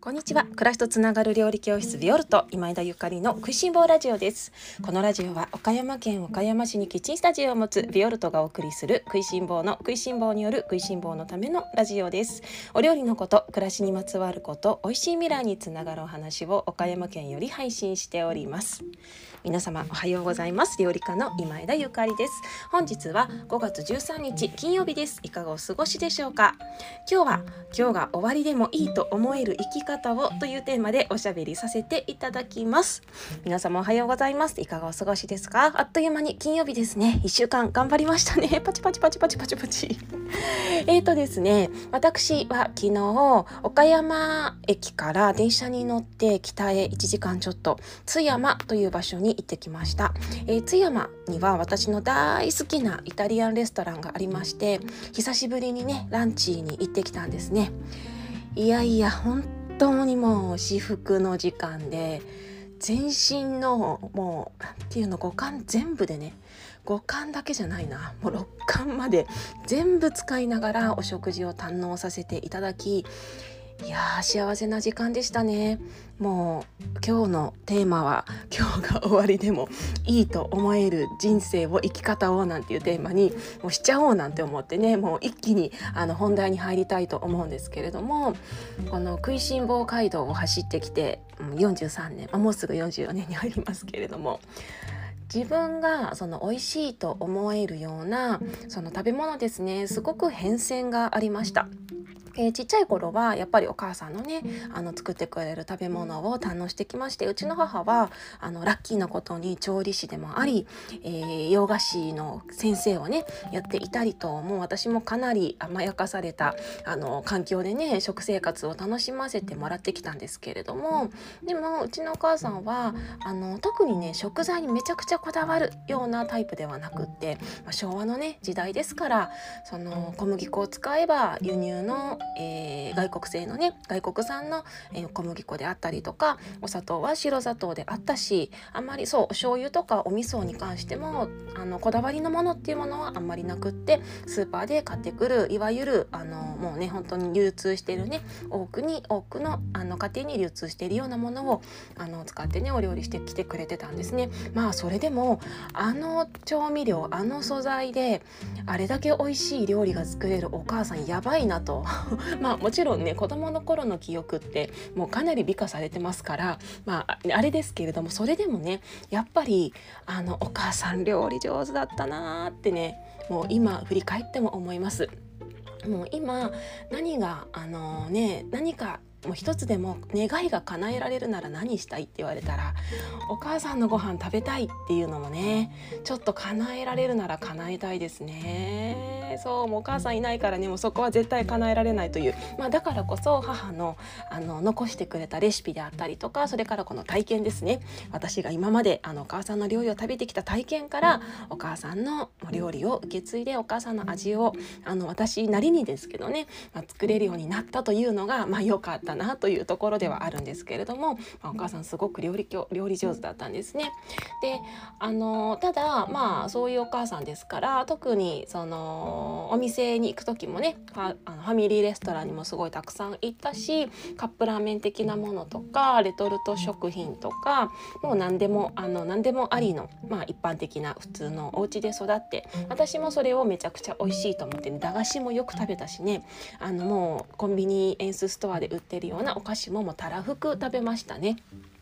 こんにちは。暮らしとつながる料理教室ビオルト今枝ゆかりの食いしん坊ラジオです。このラジオは岡山県岡山市にキッチンスタジオを持つビオルトがお送りする食いしん坊の食いしん坊による食いしん坊のためのラジオです。お料理のこと、暮らしにまつわること、美味しい未来につながるお話を岡山県より配信しております。皆様おはようございます。料理家の今枝ゆかりです。本日は5月13日金曜日です。いかがお過ごしでしょうか。今日が終わりでもいいと思える生き方をというテーマでおしゃべりさせていただきます。皆様おはようございます。いかがお過ごしですか。あっという間に金曜日ですね。1週間頑張りましたね。パチパチパチパチパチパチですね、私は昨日岡山駅から電車に乗って北へ1時間ちょっと津山という場所に行ってきました。津山には私の大好きなイタリアンレストランがありまして、久しぶりにねランチに行ってきたんですね。いや本当にもう至福の時間で、全身のもうっていうの五感全部でね、五感だけじゃないな、もう六感まで全部使いながらお食事を堪能させていただき、いや幸せな時間でしたね。もう今日のテーマは今日が終わりでもいいと思える人生を生き方をなんていうテーマにもうしちゃおうなんて思ってね、もう一気に本題に入りたいと思うんですけれども、この食いしん坊街道を走ってきて43年、もうすぐ44年に入りますけれども、自分がその美味しいと思えるようなその食べ物ですね、すごく変遷がありました。ちっちゃい頃はやっぱりお母さんのね作ってくれる食べ物を堪能してきまして、うちの母はラッキーなことに調理師でもあり、洋菓子の先生をねやっていたりと、もう私もかなり甘やかされた環境でね食生活を楽しませてもらってきたんですけれども、でもうちのお母さんは特にね食材にめちゃくちゃこだわるようなタイプではなくって、昭和のね時代ですから、その小麦粉を使えば輸入の外国製のね外国産の、小麦粉であったりとか、お砂糖は白砂糖であったし、あんまりお醤油とかお味噌に関してもこだわりのものっていうものはあんまりなくって、スーパーで買ってくるいわゆるもうね本当に流通しているね多くの家庭に流通しているようなものを使ってねお料理してきてくれてたんですね。それでも調味料素材であれだけ美味しい料理が作れるお母さんやばいなともちろんね子供の頃の記憶ってもうかなり美化されてますから、あれですけれども、それでもねやっぱりお母さん料理上手だったなってね、もう今振り返っても思います。もう今何かもう一つでも願いが叶えられるなら何したいって言われたら、お母さんのご飯食べたいっていうのもねちょっと叶えられるなら叶えたいですね。もうお母さんいないからね、もうそこは絶対叶えられないという、だからこそ母の残してくれたレシピであったりとか、それからこの体験ですね、私が今までお母さんの料理を食べてきた体験からお母さんの料理を受け継いで、お母さんの味を私なりにですけどね、作れるようになったというのが良かったなというところではあるんですけれども、お母さんすごく料理上手だったんですね。でただそういうお母さんですから、特にそのお店に行く時もねファミリーレストランにもすごいたくさん行ったし、カップラーメン的なものとかレトルト食品とか、もう何でもありの、一般的な普通のお家で育って、私もそれをめちゃくちゃ美味しいと思って、駄菓子もよく食べたしね、もうコンビニエンスストアで売ってるようなお菓子ももうたらふく食べましたね。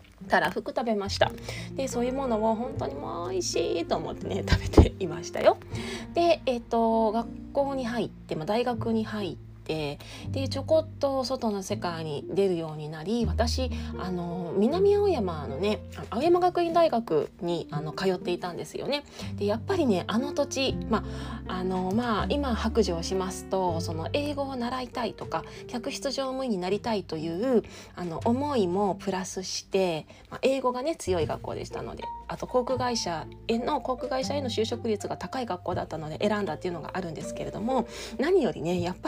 でそういうものを本当にもう美味しいと思ってね食べていましたよ。で学校に入って、大学に入って、でちょこっと外の世界に出るようになり、私南青山のね青山学院大学に通っていたんですよね。でやっぱりね土地、今白状しますと、その英語を習いたいとか客室乗務員になりたいという思いもプラスして、英語がね強い学校でしたので、あと航空会社への就職率が高い学校だったので選んだっていうのがあるんですけれども、何よりねやっぱりその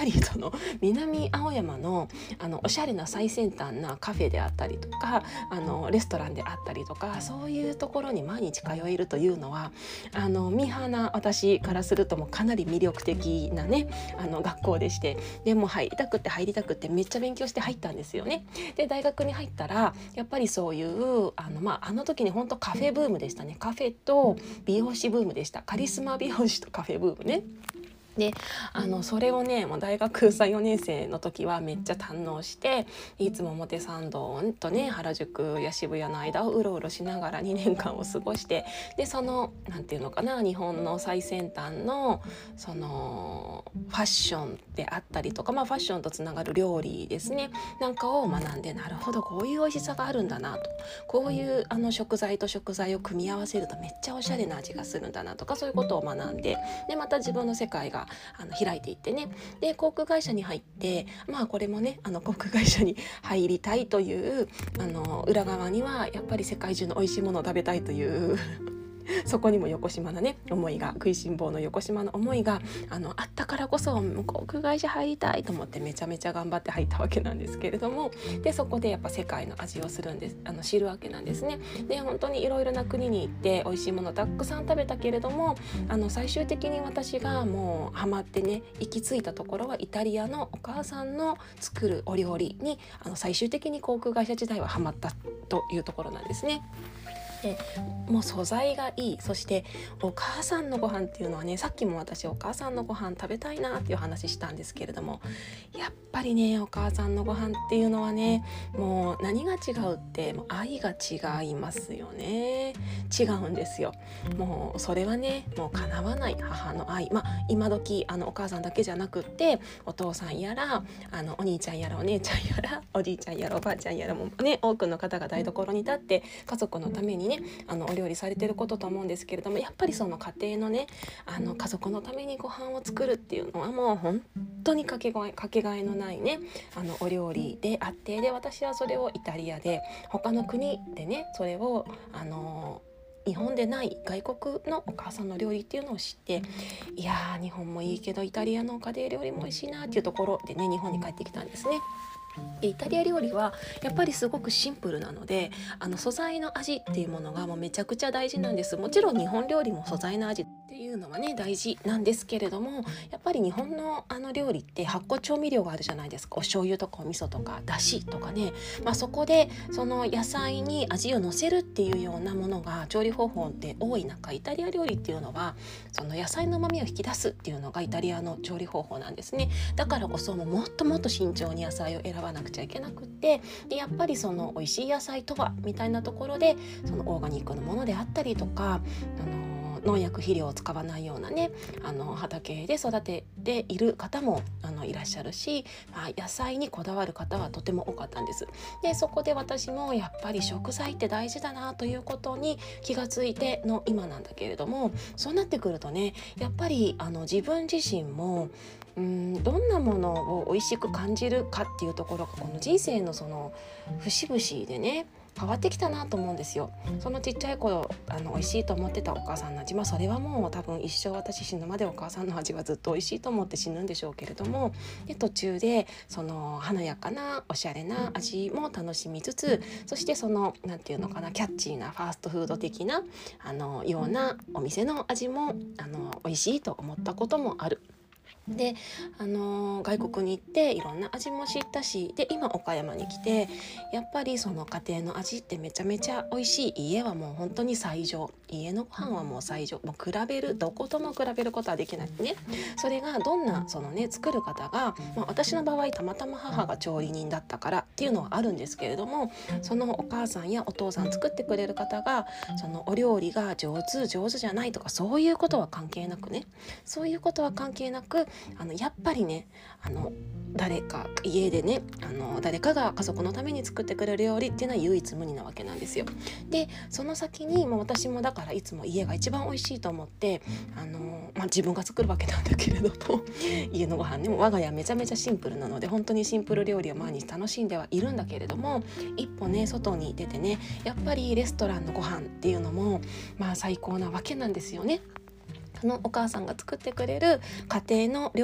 南青山のおしゃれな最先端なカフェであったりとかレストランであったりとか、そういうところに毎日通えるというのはミーハーな私からするともかなり魅力的なね学校でして、でも入りたくってめっちゃ勉強して入ったんですよね。で大学に入ったらやっぱりそういうあの時に本当カフェブームでしたね。カフェと美容師ブームでした。カリスマ美容師とカフェブームね。でそれをねもう大学3、4年生の時はめっちゃ堪能して、いつも表参道とね原宿や渋谷の間をうろうろしながら2年間を過ごして、でそのなんていうのかな、日本の最先端のそのファッションであったりとか、ファッションとつながる料理ですねなんかを学んで、なるほどこういう美味しさがあるんだなと、こういう食材と食材を組み合わせるとめっちゃおしゃれな味がするんだなとか、そういうことを学んで、でまた自分の世界が開いていってね、で航空会社に入って、これもね航空会社に入りたいという裏側にはやっぱり世界中の美味しいものを食べたいというそこにも横島なね思いが、食いしん坊の横島の思いがあったからこそ航空会社入りたいと思ってめちゃめちゃ頑張って入ったわけなんですけれども、でそこでやっぱ世界の味をするんです知るわけなんですね。で本当にいろいろな国に行って美味しいものたくさん食べたけれども最終的に私がもうハマってね行き着いたところはイタリアのお母さんの作るお料理に最終的に航空会社時代はハマったというところなんですね。でもう素材がいい、そしてお母さんのご飯っていうのはね、さっきも私お母さんのご飯食べたいなっていう話したんですけれども、やっぱりねお母さんのご飯っていうのはね、もう何が違うってもう愛が違いますよね。違うんですよ。もうそれはねもう叶わない母の愛、今時お母さんだけじゃなくってお父さんやらお兄ちゃんやらお姉ちゃんやらおじいちゃんやらおばあちゃんやらもね、多くの方が台所に立って家族のためにねお料理されてることと思うんですけれども、やっぱりその家庭のね家族のためにご飯を作るっていうのはもう本当にかけがえのないねお料理であって、で私はそれをイタリアで他の国でねそれを日本でない外国のお母さんの料理っていうのを知って、いやー日本もいいけどイタリアの家庭料理も美味しいなっていうところでね日本に帰ってきたんですね。イタリア料理はやっぱりすごくシンプルなので素材の味っていうものがもうめちゃくちゃ大事なんです。もちろん日本料理も素材の味っていうのはね大事なんですけれども、やっぱり日本の料理って発酵調味料があるじゃないですか。お醤油とかお味噌とかだしとかね、そこでその野菜に味を乗せるっていうようなものが調理方法で多い中、イタリア料理っていうのはその野菜の旨味を引き出すっていうのがイタリアの調理方法なんですね。だからこそもっともっと慎重に野菜を選ばなくちゃいけなくって、でやっぱりその美味しい野菜とはみたいなところでそのオーガニックのものであったりとか農薬肥料を使わないようなね畑で育てている方もいらっしゃるし、野菜にこだわる方はとても多かったんです。でそこで私もやっぱり食材って大事だなということに気がついての今なんだけれども、そうなってくるとねやっぱり自分自身もどんなものを美味しく感じるかっていうところがこの人生のその節々でね変わってきたなと思うんですよ。そのちっちゃい頃美味しいと思ってたお母さんの味、それはもう多分一生私死ぬまでお母さんの味はずっと美味しいと思って死ぬんでしょうけれども、で途中でその華やかなおしゃれな味も楽しみつつ、そしてそのなんていうのかなキャッチーなファーストフード的なようなお店の味も美味しいと思ったこともある。で外国に行っていろんな味も知ったし、で今岡山に来てやっぱりその家庭の味ってめちゃめちゃ美味しい。家はもう本当に最上、家のご飯はもう最上、もうどことも比べることはできないね。それがどんなそのね作る方が、私の場合たまたま母が調理人だったからっていうのはあるんですけれども、そのお母さんやお父さん作ってくれる方がそのお料理が上手じゃないとかそういうことは関係なくね、そういうことは関係なくやっぱりね誰か家でね誰かが家族のために作ってくれる料理っていうのは唯一無二なわけなんですよ。でその先に私もだからいつも家が一番美味しいと思って自分が作るわけなんだけれども家のご飯ねも我が家めちゃめちゃシンプルなので本当にシンプル料理を毎日楽しんではいるんだけれども、一歩ね外に出てねやっぱりレストランのご飯っていうのも最高なわけなんですよね。お母さんが作ってくれる家庭の料理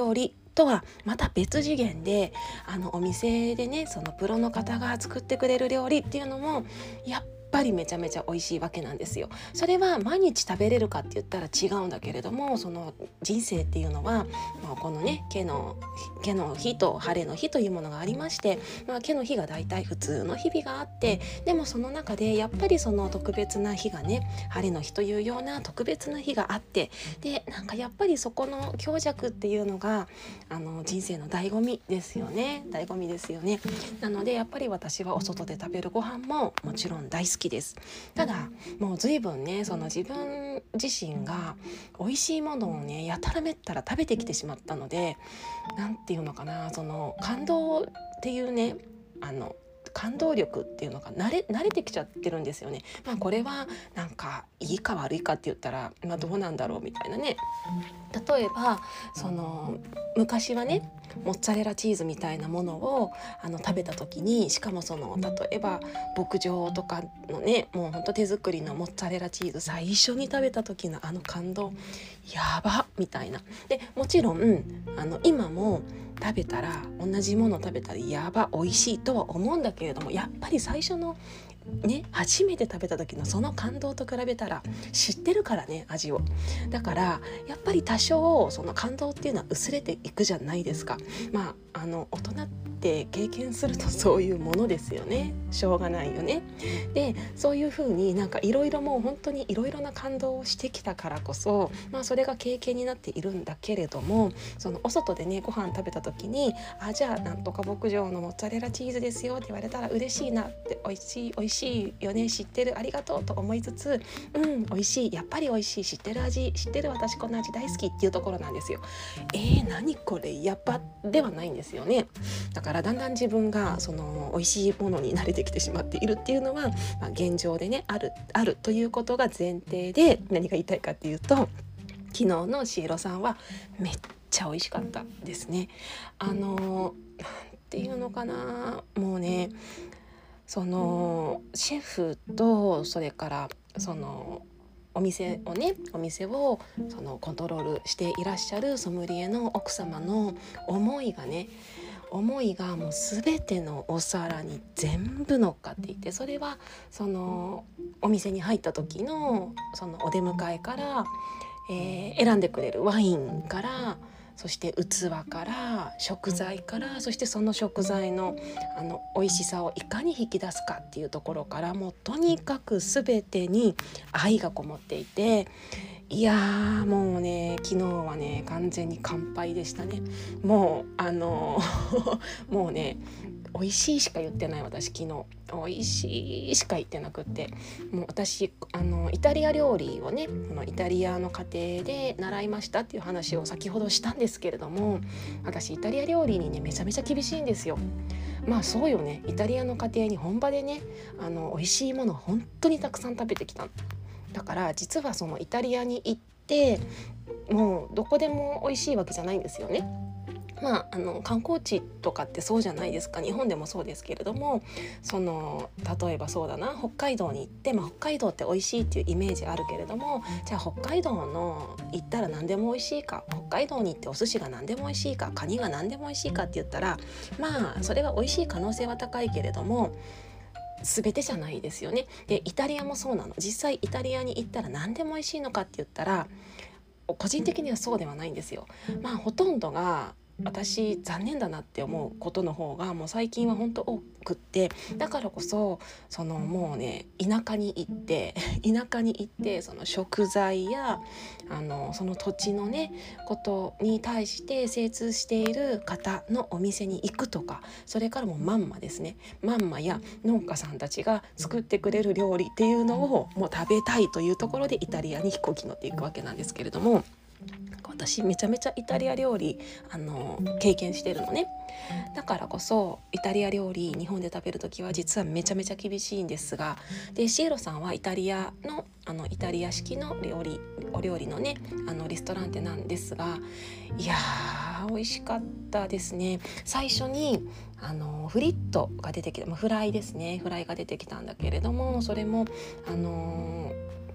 とはまた別次元でお店でねそのプロの方が作ってくれる料理っていうのもやっぱりめちゃめちゃ美味しいわけなんですよ。それは毎日食べれるかって言ったら違うんだけれども、その人生っていうのは、このね毛の日と晴れの日というものがありまして、毛の日がだいたい普通の日々があって、でもその中でやっぱりその特別な日がね晴れの日というような特別な日があって、でなんかやっぱりそこの強弱っていうのが人生の醍醐味ですよね。醍醐味ですよね。なのでやっぱり私はお外で食べるご飯ももちろん大好きです。ただもう随分ねその自分自身が美味しいものをねやたらめったら食べてきてしまったので、なんていうのかな、その感動っていうね感動力っていうのが慣れてきちゃってるんですよね。これはなんかいいか悪いかって言ったら、どうなんだろうみたいなね。例えばその昔はねモッツァレラチーズみたいなものを食べた時に、しかもその例えば牧場とかのねもうほんと手作りのモッツァレラチーズ最初に食べた時の感動やばみたいな。でもちろん今も食べたら同じもの食べたらやば美味しいとは思うんだけれども、やっぱり最初のね初めて食べた時のその感動と比べたら知ってるからね味を。だからやっぱり多少その感動っていうのは薄れていくじゃないですか。大人って経験するとそういうものですよね。しょうがないよね。でそういう風になんかいろいろもう本当にいろいろな感動をしてきたからこそ、それが経験になっているんだけれども、そのお外でねご飯食べた時にじゃあなんとか牧場のモッツァレラチーズですよって言われたら嬉しいなって、美味しいよね、知ってる、ありがとうと思いつつ、美味しい、やっぱり美味しい、知ってる味、知ってる、私この味大好きっていうところなんですよ。何これやっぱではないんですよね。だからだんだん自分がその美味しいものに慣れてきてしまっているっていうのは、現状でねあるということが前提で、何が言いたいかっていうと、昨日のしえろさんはめっちゃ美味しかったですね。なんていうのかな、もうねそのシェフとそれからそのお店をそのコントロールしていらっしゃるソムリエの奥様の思いがもう全てのお皿に全部乗っかっていて、それはそのお店に入った時のそのお出迎えから、選んでくれるワインから、そして器から食材から、そしてその食材の美味しさをいかに引き出すかっていうところから、もうとにかく全てに愛がこもっていて、いやーもうね昨日はね完全に乾杯でしたね。もうもうね美味しいしか言ってない。私昨日美味しいしか言ってなくって、もう私イタリア料理をねイタリアの家庭で習いましたっていう話を先ほどしたんですけれども、私イタリア料理にねめちゃめちゃ厳しいんですよ。そうよね、イタリアの家庭に本場でね美味しいもの本当にたくさん食べてきた。だから実はそのイタリアに行ってもうどこでも美味しいわけじゃないんですよね。観光地とかってそうじゃないですか。日本でもそうですけれども、その例えばそうだな、北海道に行って、北海道って美味しいっていうイメージあるけれども、じゃあ北海道の行ったら何でも美味しいか、北海道に行ってお寿司が何でも美味しいか、カニが何でも美味しいかって言ったら、それは美味しい可能性は高いけれども全てじゃないですよね。でイタリアもそうなの。実際イタリアに行ったら何でも美味しいのかって言ったら個人的にはそうではないんですよ。ほとんどが私残念だなって思うことの方がもう最近は本当多くって、だからこそそのもうね田舎に行ってその食材やその土地のねことに対して精通している方のお店に行くとか、それからもまんまですね、まんまや農家さんたちが作ってくれる料理っていうのをもう食べたいというところでイタリアに飛行機乗っていくわけなんですけれども、私めちゃめちゃイタリア料理経験してるのね。だからこそイタリア料理日本で食べるときは実はめちゃめちゃ厳しいんですが、でシエロさんはイタリアのイタリア式のお料理のねレストランテなんですが、いやー美味しかったですね。最初にフリットが出てきた、フライですね、フライが出てきたんだけれども、それも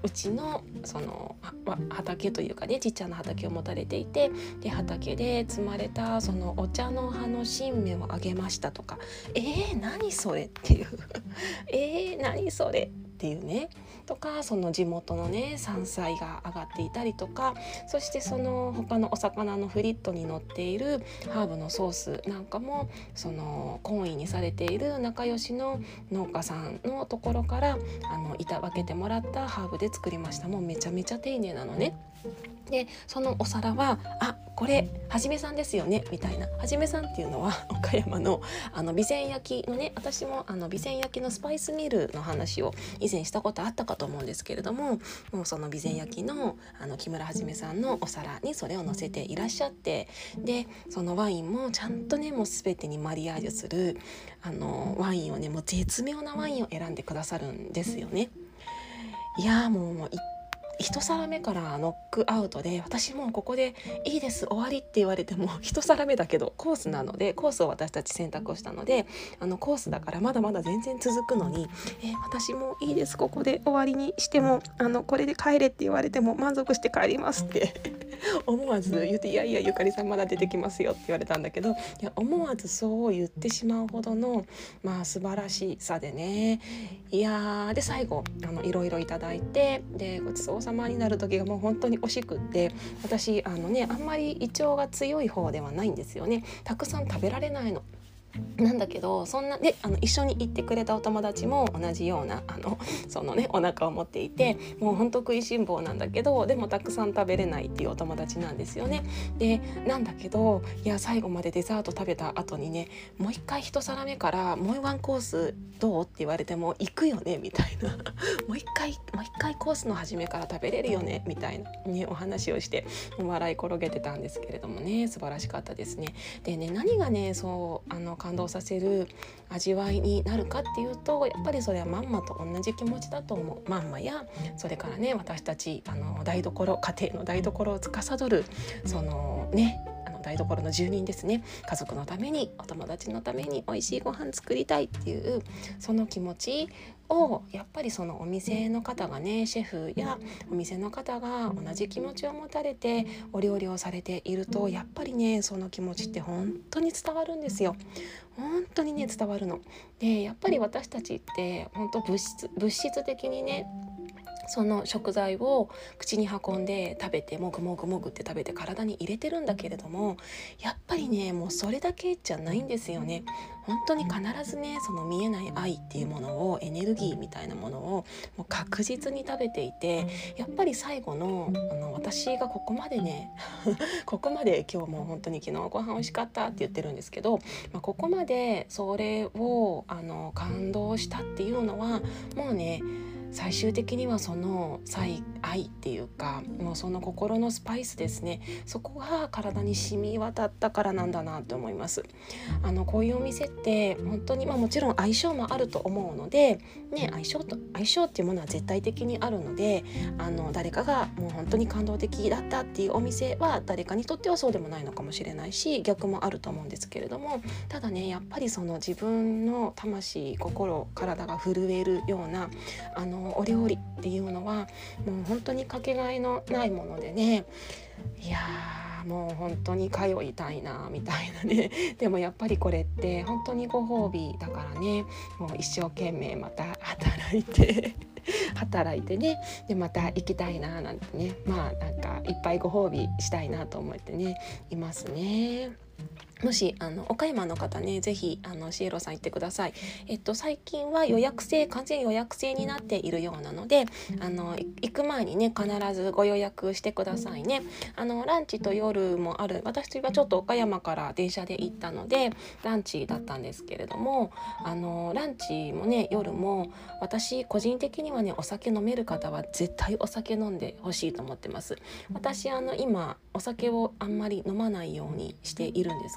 うちのその畑というかね、ちっちゃな畑を持たれていて、で畑で摘まれたそのお茶の葉の新芽をあげましたとか、何それっていう何それっていうね、とかその地元のね山菜が上がっていたりとか、そしてその他のお魚のフリットに乗っているハーブのソースなんかも、その懇意にされている仲良しの農家さんのところからいた分けてもらったハーブで作りました。もうめちゃめちゃ丁寧なのね。でそのお皿はこれはじめさんですよねみたいな。はじめさんっていうのは岡山の備前焼きのね、私も備前焼きのスパイスミルの話を以前したことあったかと思うんですけれども、もうその備前焼きの木村はじめさんのお皿にそれを乗せていらっしゃって、でそのワインもちゃんとねもう全てにマリアージュするワインをね、もう絶妙なワインを選んでくださるんですよね。いやもう一皿目からノックアウトで、私もここでいいです終わりって言われても一皿目だけどコースなので、コースを私たち選択をしたのでコースだからまだまだ全然続くのに、私もいいですここで終わりにしてもこれで帰れって言われても満足して帰りますって思わず言って、いやゆかりさんまだ出てきますよって言われたんだけど、思わずそう言ってしまうほどの素晴らしさでね。いやで最後いろいろいただいて、でごちそうさまになる時がもう本当に惜しくって、私あんまり胃腸が強い方ではないんですよね。たくさん食べられないのなんだけど、そんなで一緒に行ってくれたお友達も同じようなそのねお腹を持っていて、もうほんと食いしん坊なんだけど、でもたくさん食べれないっていうお友達なんですよね。でなんだけど、最後までデザート食べた後にね、もう一回一皿目からもうワンコースどうって言われても行くよねみたいなもう一回コースの初めから食べれるよねみたいな、ね、お話をして笑い転げてたんですけれどもね、素晴らしかったですね。でね、何がねそう感動させる味わいになるかっていうと、やっぱりそれはまんまと同じ気持ちだと思う。まんまやそれからね、私たち家庭の台所を司るそのね台所の住人ですね。家族のためにお友達のために美味しいご飯作りたいっていうその気持ちを、やっぱりそのお店の方がね、シェフやお店の方が同じ気持ちを持たれてお料理をされていると、やっぱりねその気持ちって本当に伝わるんですよ。本当にね伝わるので、やっぱり私たちって本当物質的にねその食材を口に運んで食べてもぐもぐもぐって食べて体に入れてるんだけれども、やっぱりねもうそれだけじゃないんですよね。本当に必ずねその見えない愛っていうものを、エネルギーみたいなものをもう確実に食べていて、やっぱり最後の私がここまでねここまで今日も本当に昨日ご飯美味しかったって言ってるんですけど、ここまでそれを感動したっていうのはもうね最終的にはその愛っていうか、もうその心のスパイスですね、そこが体に染み渡ったからなんだなと思います。こういうお店って本当にもちろん相性もあると思うので、ね、相性っていうものは絶対的にあるので、誰かがもう本当に感動的だったっていうお店は誰かにとってはそうでもないのかもしれないし、逆もあると思うんですけれども、ただねやっぱりその自分の魂心体が震えるようなお料理っていうのはもう本当にかけがえのないものでね、いやもう本当に通いたいなみたいなね。でもやっぱりこれって本当にご褒美だからね、もう一生懸命また働いてね、でまた行きたいななんてね、なんかいっぱいご褒美したいなと思ってねいますね。もし岡山の方ね、ぜひシエロさん行ってください。最近は完全予約制になっているようなので、行く前にね必ずご予約してくださいね。ランチと夜もある。私はちょっと岡山から電車で行ったのでランチだったんですけれども、ランチもね夜も私個人的にはね、お酒飲める方は絶対お酒飲んでほしいと思ってます。私今お酒をあんまり飲まないようにしているんです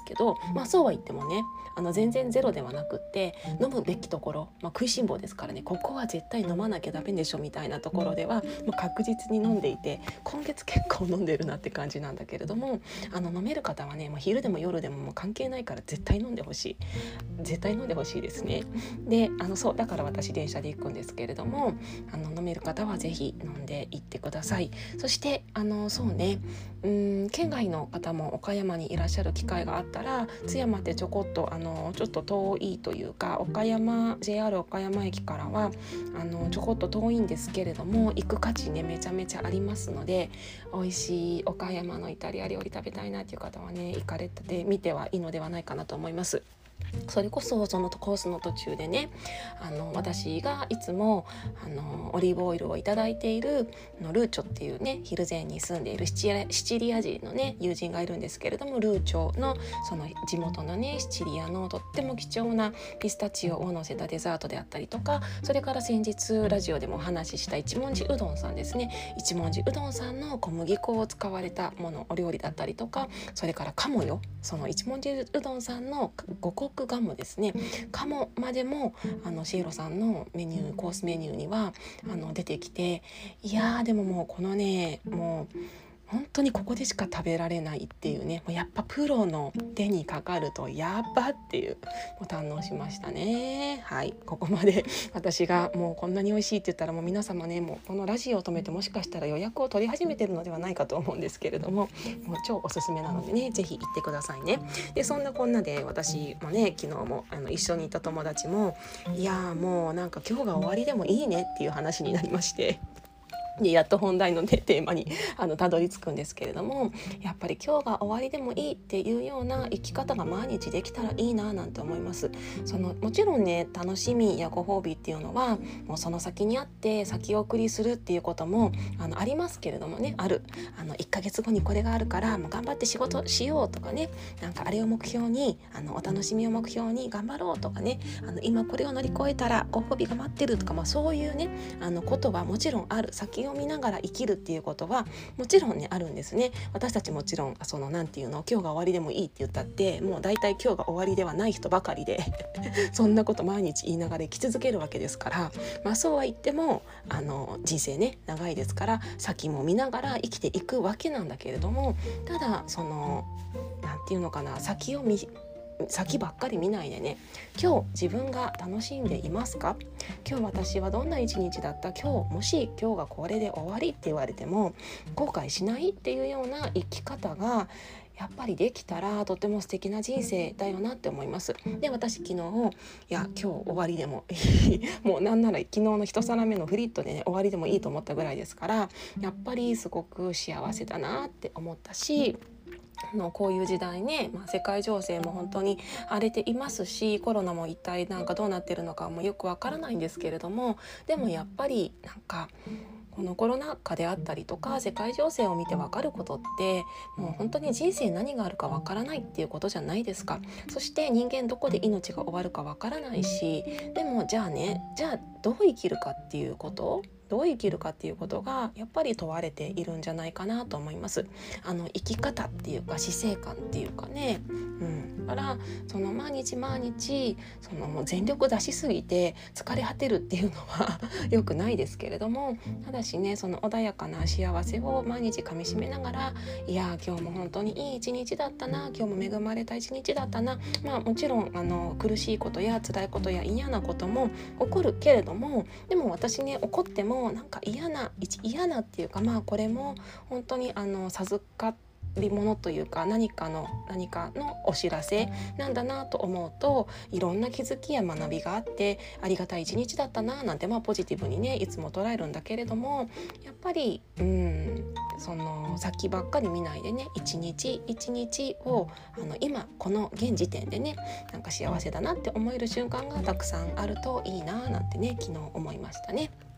けど、そうは言ってもね全然ゼロではなくって飲むべきところ、食いしん坊ですからね、ここは絶対飲まなきゃダメでしょみたいなところではもう確実に飲んでいて、今月結構飲んでるなって感じなんだけれども、飲める方はね昼でも夜でももう関係ないから絶対飲んでほしい、絶対飲んでほしいですね。でそうだから私電車で行くんですけれども、飲める方はぜひ飲んでいってください。そしてそうね、県外の方も岡山にいらっしゃる機会があったら、津山ってちょこっとちょっと遠いというか、JR 岡山駅からはちょこっと遠いんですけれども、行く価値ねめちゃめちゃありますので、美味しい岡山のイタリア料理食べたいなっていう方はね行かれてみてはいいのではないかなと思います。それこそそのコースの途中でね、私がいつもオリーブオイルをいただいているルーチョっていうね、ヒルゼンに住んでいるシチリア人のね友人がいるんですけれども、ルーチョのその地元のねシチリアのとっても貴重なピスタチオを乗せたデザートであったりとか、それから先日ラジオでもお話しした一文字うどんさんですね、一文字うどんさんの小麦粉を使われたものお料理だったりとか、それから鴨よ、その一文字うどんさんの五穀鴨ですね、鴨までもシエロさんのコースメニューには出てきて、いやでももうこのねもう本当にここでしか食べられないっていうね、もうやっぱプロの手にかかるとやっばっていうもう堪能しましたね。はい、ここまで私がもうこんなに美味しいって言ったら、もう皆様ねもうこのラジオを止めてもしかしたら予約を取り始めてるのではないかと思うんですけれども、もう超おすすめなのでねぜひ行ってくださいね。でそんなこんなで私もね昨日も一緒にいた友達も、いやもうなんか今日が終わりでもいいねっていう話になりまして、でやっと本題の、ね、テーマにたどり着くんですけれども、やっぱり今日が終わりでもいいっていうような生き方が毎日できたらいいななんて思います。もちろんね楽しみやご褒美っていうのはもうその先にあって先送りするっていうこともありますけれどもね、1ヶ月後にこれがあるからもう頑張って仕事しようとかね、なんかあれを目標にお楽しみを目標に頑張ろうとかね、今これを乗り越えたらご褒美が待ってるとか、そういうねことはもちろんある、先を見ながら生きるっていうことはもちろんねあるんですね。私たちもちろんなんていうの、今日が終わりでもいいって言ったってもう大体今日が終わりではない人ばかりでそんなこと毎日言いながら生き続けるわけですから、そうは言っても人生ね長いですから、先も見ながら生きていくわけなんだけれども、ただなんていうのかな、先ばっかり見ないでね、今日自分が楽しんでいますか、今日私はどんな一日だった、今日がこれで終わりって言われても後悔しないっていうような生き方がやっぱりできたらとても素敵な人生だよなって思います。で私昨日今日終わりでもいいもうなんなら昨日の一皿目のフリットでね終わりでもいいと思ったぐらいですから、やっぱりすごく幸せだなって思ったし、こういう時代ね、世界情勢も本当に荒れていますし、コロナも一体なんかどうなってるのかもよくわからないんですけれども、でもやっぱりなんかこのコロナ禍であったりとか世界情勢を見てわかることって、もう本当に人生何があるかわからないっていうことじゃないですか。そして人間どこで命が終わるかわからないし、でもじゃあどう生きるかっていうことがやっぱり問われているんじゃないかなと思います。生き方っていうか死生観っていうかね、だから毎日もう全力出しすぎて疲れ果てるっていうのは良くないですけれども、ただしね穏やかな幸せを毎日かみしめながら、いや今日も本当にいい一日だったな、今日も恵まれた一日だったな、もちろん苦しいことや辛いことや嫌なことも起こるけれども、でも私ね起こってもなんか嫌なっていうか、これも本当に授かり物というか何かのお知らせなんだなと思うと、いろんな気づきや学びがあってありがたい一日だったななんてポジティブにねいつも捉えるんだけれども、やっぱり先ばっかり見ないでね、一日一日を今この現時点でねなんか幸せだなって思える瞬間がたくさんあるといいななんてね昨日思いましたね。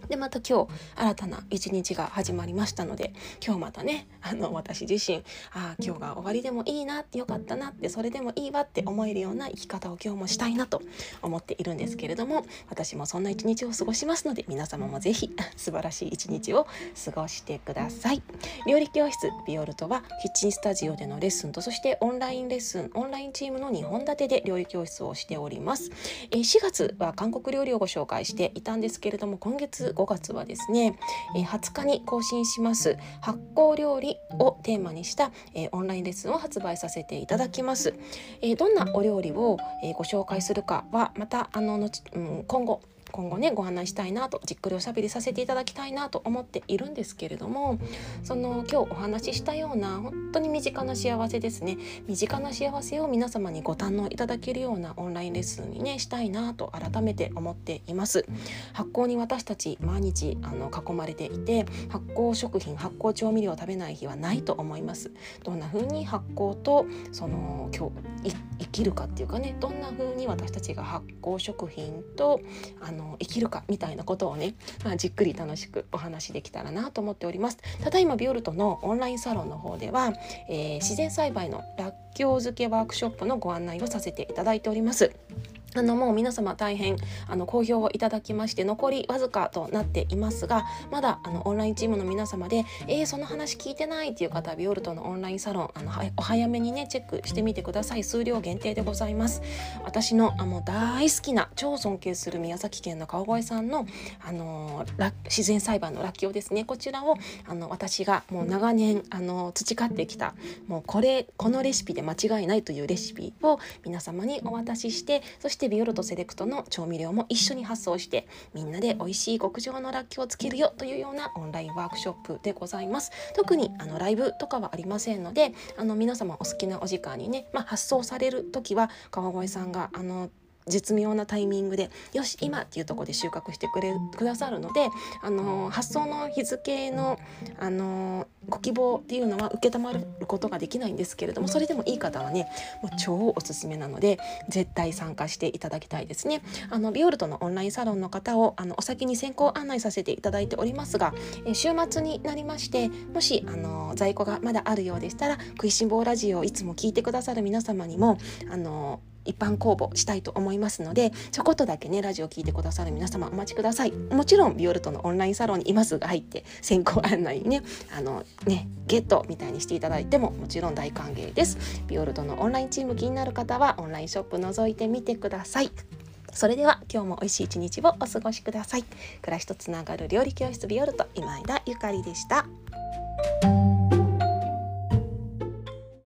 でまた今日新たな一日が始まりましたので、今日またね私自身今日が終わりでもいいな、よかったなって、それでもいいわって思えるような生き方を今日もしたいなと思っているんですけれども、私もそんな一日を過ごしますので、皆様もぜひ素晴らしい一日を過ごしてください。料理教室ビオルトはキッチンスタジオでのレッスンと、そしてオンラインレッスン、オンラインチームの2本立てで料理教室をしております。4月は韓国料理をご紹介していたんですけれども、今月5月はですね、20日に更新します発酵料理をテーマにしたオンラインレッスンを発売させていただきます。どんなお料理をご紹介するかはまた今後ねご案内したいなと、じっくりおしゃべりさせていただきたいなと思っているんですけれども、その今日お話ししたような本当に身近な幸せですね、身近な幸せを皆様にご堪能いただけるようなオンラインレッスンにねしたいなと改めて思っています。発酵に私たち毎日囲まれていて、発酵食品、発酵調味料を食べない日はないと思います。どんな風に発酵と今日生きるかっていうかね、どんな風に私たちが発酵食品と生きるかみたいなことをね、じっくり楽しくお話できたらなと思っております。ただいまビオルトのオンラインサロンの方では、自然栽培のらっきょう漬けワークショップのご案内をさせていただいております。もう皆様大変好評をいただきまして、残りわずかとなっていますが、まだオンラインチームの皆様でその話聞いてないっていう方はビオルトのオンラインサロンお早めにねチェックしてみてください。数量限定でございます。私の大好きな超尊敬する宮崎県の川越さんの自然栽培のらっきょうですね、こちらを私がもう長年培ってきた、もうこのレシピで間違いないというレシピを皆様にお渡しして、そしてビオルトセレクトの調味料も一緒に発送して、みんなで美味しい極上のらっきょうをつけるよというようなオンラインワークショップでございます。特にライブとかはありませんので、皆様お好きなお時間にね、発送される時は川越さんが絶妙なタイミングでよし今っていうところで収穫してくださるので、発送の日付の、ご希望っていうのは承ることができないんですけれども、それでもいい方はねもう超おすすめなので絶対参加していただきたいですね。ビオルトのオンラインサロンの方をお先に先行案内させていただいておりますが、週末になりまして、もし在庫がまだあるようでしたら、食いしん坊ラジオをいつも聞いてくださる皆様にも一般公募したいと思いますので、ちょこっとだけねラジオ聞いてくださる皆様お待ちください。もちろんビオルトのオンラインサロンに今すぐ入って先行案内にねゲットみたいにしていただいてももちろん大歓迎です。ビオルトのオンラインチーム気になる方はオンラインショップ覗いてみてください。それでは今日も美味しい一日をお過ごしください。暮らしとつながる料理教室ビオルト、今枝ゆかりでした。